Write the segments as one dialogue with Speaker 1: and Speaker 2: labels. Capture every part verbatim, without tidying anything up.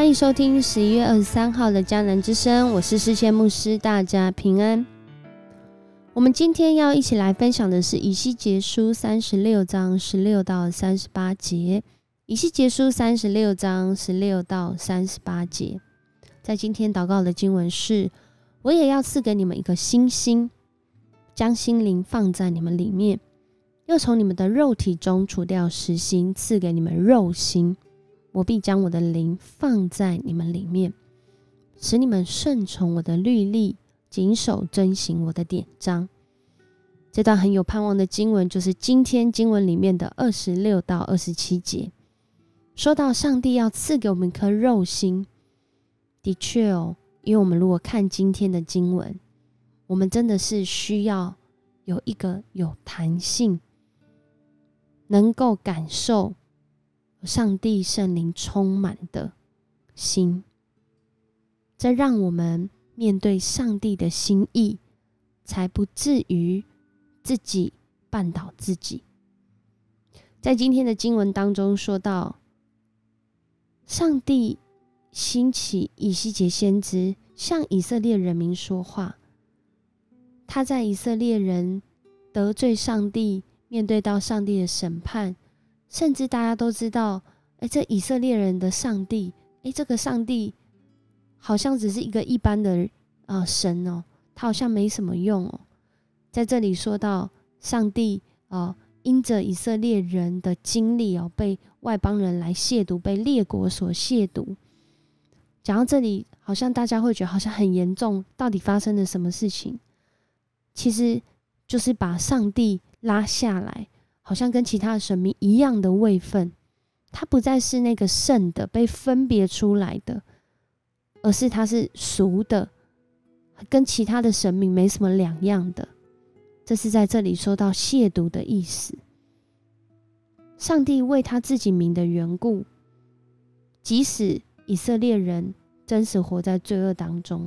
Speaker 1: 欢迎收听十一月二十三号的迦南之声，我是世谦牧师，大家平安。我们今天要一起来分享的是以西结书三十六章十六到三十八节。以西结书三十六章十六到三十八节，在今天祷告的经文是：我也要赐给你们一个新心，将心灵放在你们里面，又从你们的肉体中除掉实心，赐给你们肉心。我必将我的灵放在你们里面，使你们顺从我的律例，谨守遵行我的典章。这段很有盼望的经文，就是今天经文里面的二十六到二十七节，说到上帝要赐给我们一颗肉心。的确哦，因为我们如果看今天的经文，我们真的是需要有一个有弹性，能够感受上帝圣灵充满的心，这让我们面对上帝的心意，才不至于自己绊倒自己。在今天的经文当中说到，上帝兴起以西结先知向以色列人民说话，他在以色列人得罪上帝，面对到上帝的审判，甚至大家都知道，哎，这以色列人的上帝，哎，这个上帝好像只是一个一般的、呃、神哦，他好像没什么用哦。在这里说到上帝、呃、因着以色列人的经历哦，被外邦人来亵渎，被列国所亵渎。讲到这里，好像大家会觉得好像很严重，到底发生了什么事情？其实就是把上帝拉下来，好像跟其他的神明一样的位分，他不再是那个圣的被分别出来的，而是他是俗的，跟其他的神明没什么两样的。这是在这里说到亵渎的意思。上帝为他自己名的缘故，即使以色列人真实活在罪恶当中，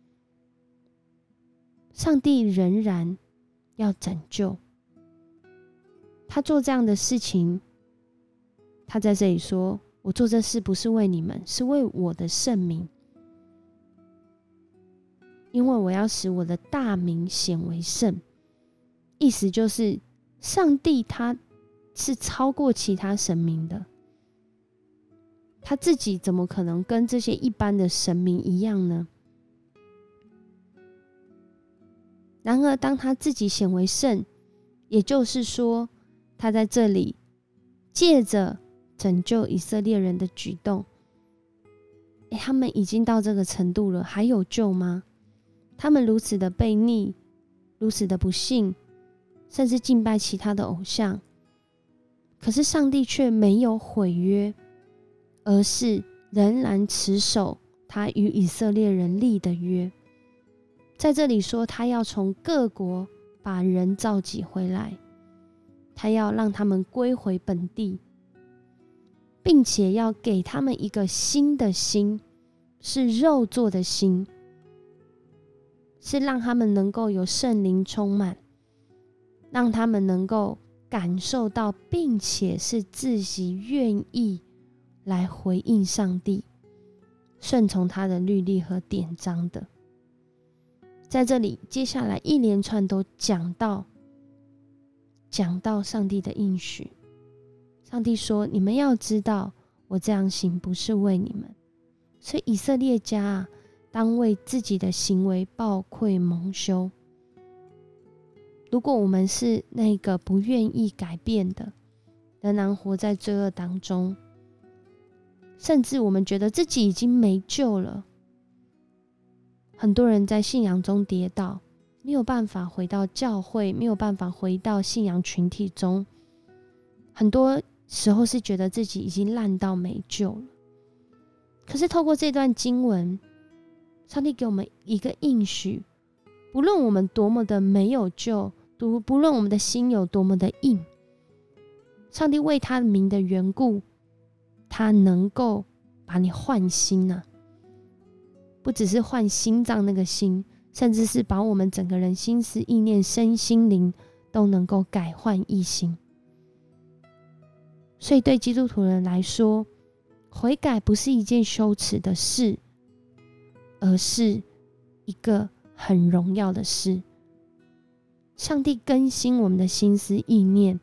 Speaker 1: 上帝仍然要拯救。他做这样的事情，他在这里说，我做这事不是为你们，是为我的圣名，因为我要使我的大名显为圣。意思就是上帝他是超过其他神明的，他自己怎么可能跟这些一般的神明一样呢？然而当他自己显为圣，也就是说他在这里借着拯救以色列人的举动，诶，他们已经到这个程度了，还有救吗？他们如此的悖逆，如此的不信，甚至敬拜其他的偶像，可是上帝却没有毁约，而是仍然持守他与以色列人立的约。在这里说，他要从各国把人召集回来，他要让他们归回本地，并且要给他们一个新的心，是肉做的心，是让他们能够有圣灵充满，让他们能够感受到，并且是自己愿意来回应上帝，顺从他的律例和典章的。在这里接下来一连串都讲到讲到上帝的应许。上帝说，你们要知道我这样行不是为你们，所以以色列家啊，当为自己的行为抱愧蒙羞。如果我们是那个不愿意改变的，仍然活在罪恶当中，甚至我们觉得自己已经没救了，很多人在信仰中跌倒，没有办法回到教会，没有办法回到信仰群体中，很多时候是觉得自己已经烂到没救了。可是透过这段经文，上帝给我们一个应许，不论我们多么的没有救，不论我们的心有多么的硬，上帝为他的名的缘故，他能够把你换心啊，不只是换心脏那个心，甚至是把我们整个人心思意念身心灵都能够改换一心。所以对基督徒人来说， 悔改不是一件羞耻的事，而是一个很荣耀的事。上帝更新我们的心思意念。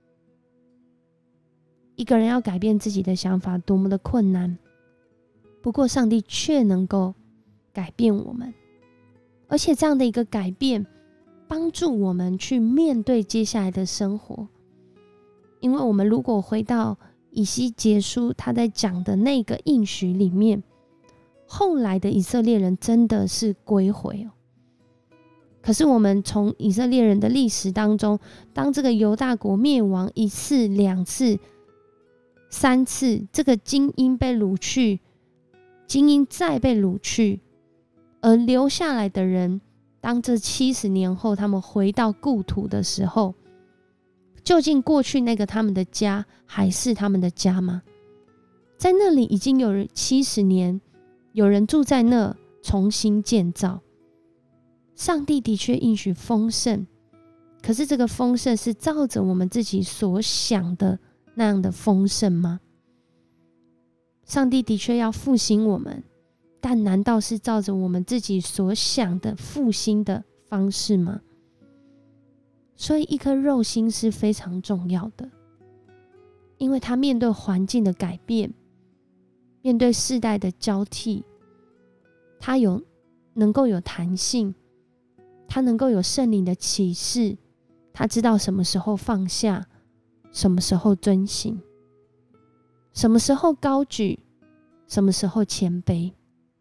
Speaker 1: 一个人要改变自己的想法多么的困难，不过上帝却能够改变我们，而且这样的一个改变帮助我们去面对接下来的生活。因为我们如果回到以西结书他在讲的那个应许里面，后来的以色列人真的是归回哦。可是我们从以色列人的历史当中，当这个犹大国灭亡一次、两次、三次，这个精英被掳去，精英再被掳去，而留下来的人，当这七十年后他们回到故土的时候，究竟过去那个他们的家还是他们的家吗？在那里已经有七十年，有人住在那，重新建造。上帝的确应许丰盛，可是这个丰盛是照着我们自己所想的那样的丰盛吗？上帝的确要复兴我们，但难道是照着我们自己所想的复兴的方式吗？所以一颗肉心是非常重要的，因为它面对环境的改变，面对世代的交替，它有能够有弹性，它能够有圣灵的启示，它知道什么时候放下，什么时候遵行，什么时候高举，什么时候谦卑。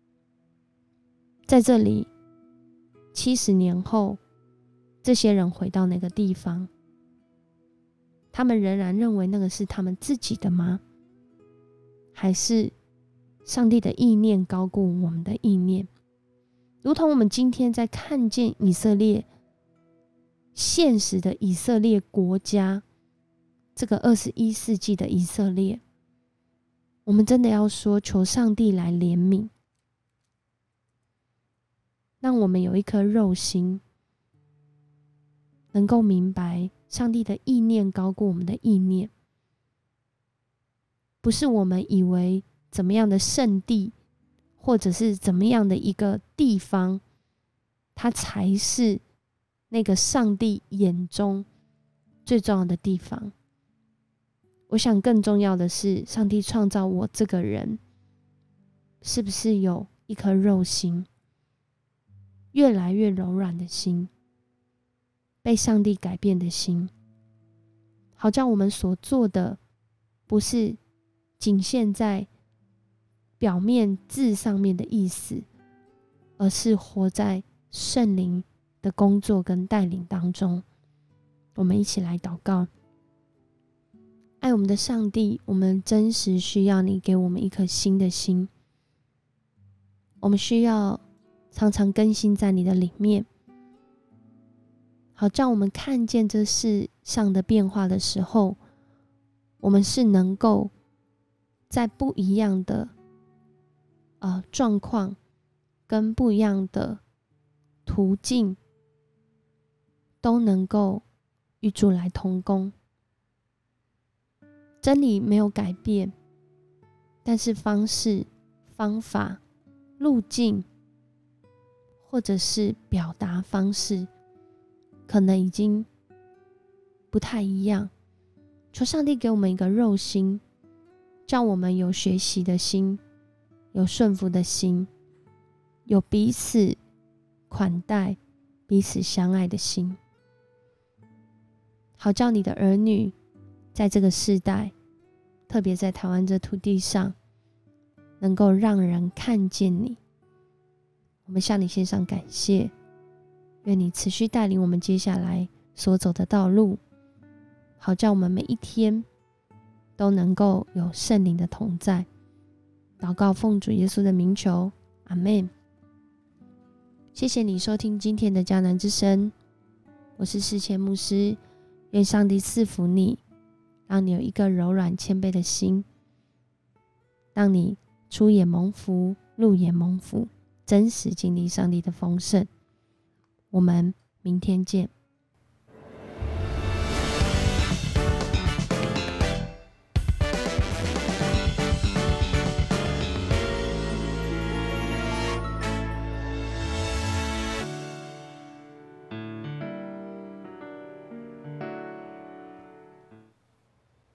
Speaker 1: 在这里七十年后，这些人回到那个地方，他们仍然认为那个是他们自己的吗？还是上帝的意念高过我们的意念？如同我们今天在看见以色列现实的以色列国家，这个二十一世纪的以色列，我们真的要说求上帝来怜悯，让我们有一颗肉心，能够明白上帝的意念高过我们的意念，不是我们以为怎么样的圣地，或者是怎么样的一个地方，它才是那个上帝眼中最重要的地方。我想更重要的是，上帝创造我这个人，是不是有一颗肉心，越来越柔软的心，被上帝改变的心，好叫我们所做的不是仅限在表面字上面的意思，而是活在圣灵的工作跟带领当中。我们一起来祷告。爱我们的上帝，我们真实需要你给我们一颗新的心，我们需要常常更新在你的里面，好叫我们看见这世上的变化的时候，我们是能够在不一样的呃状况跟不一样的途径，都能够与主来同工。真理没有改变，但是方式、方法、路径，或者是表达方式，可能已经不太一样。求上帝给我们一个肉心，叫我们有学习的心，有顺服的心，有彼此款待、彼此相爱的心，好叫你的儿女在这个世代，特别在台湾这土地上，能够让人看见你。我们向你献上感谢，愿你持续带领我们接下来所走的道路，好叫我们每一天都能够有圣灵的同在。祷告奉主耶稣的名求，阿们。谢谢你收听今天的迦南之声，我是世谦牧师。愿上帝赐福你，让你有一个柔软谦卑的心，让你出也蒙福，入也蒙福，真实经历上帝的丰盛。我们明天见。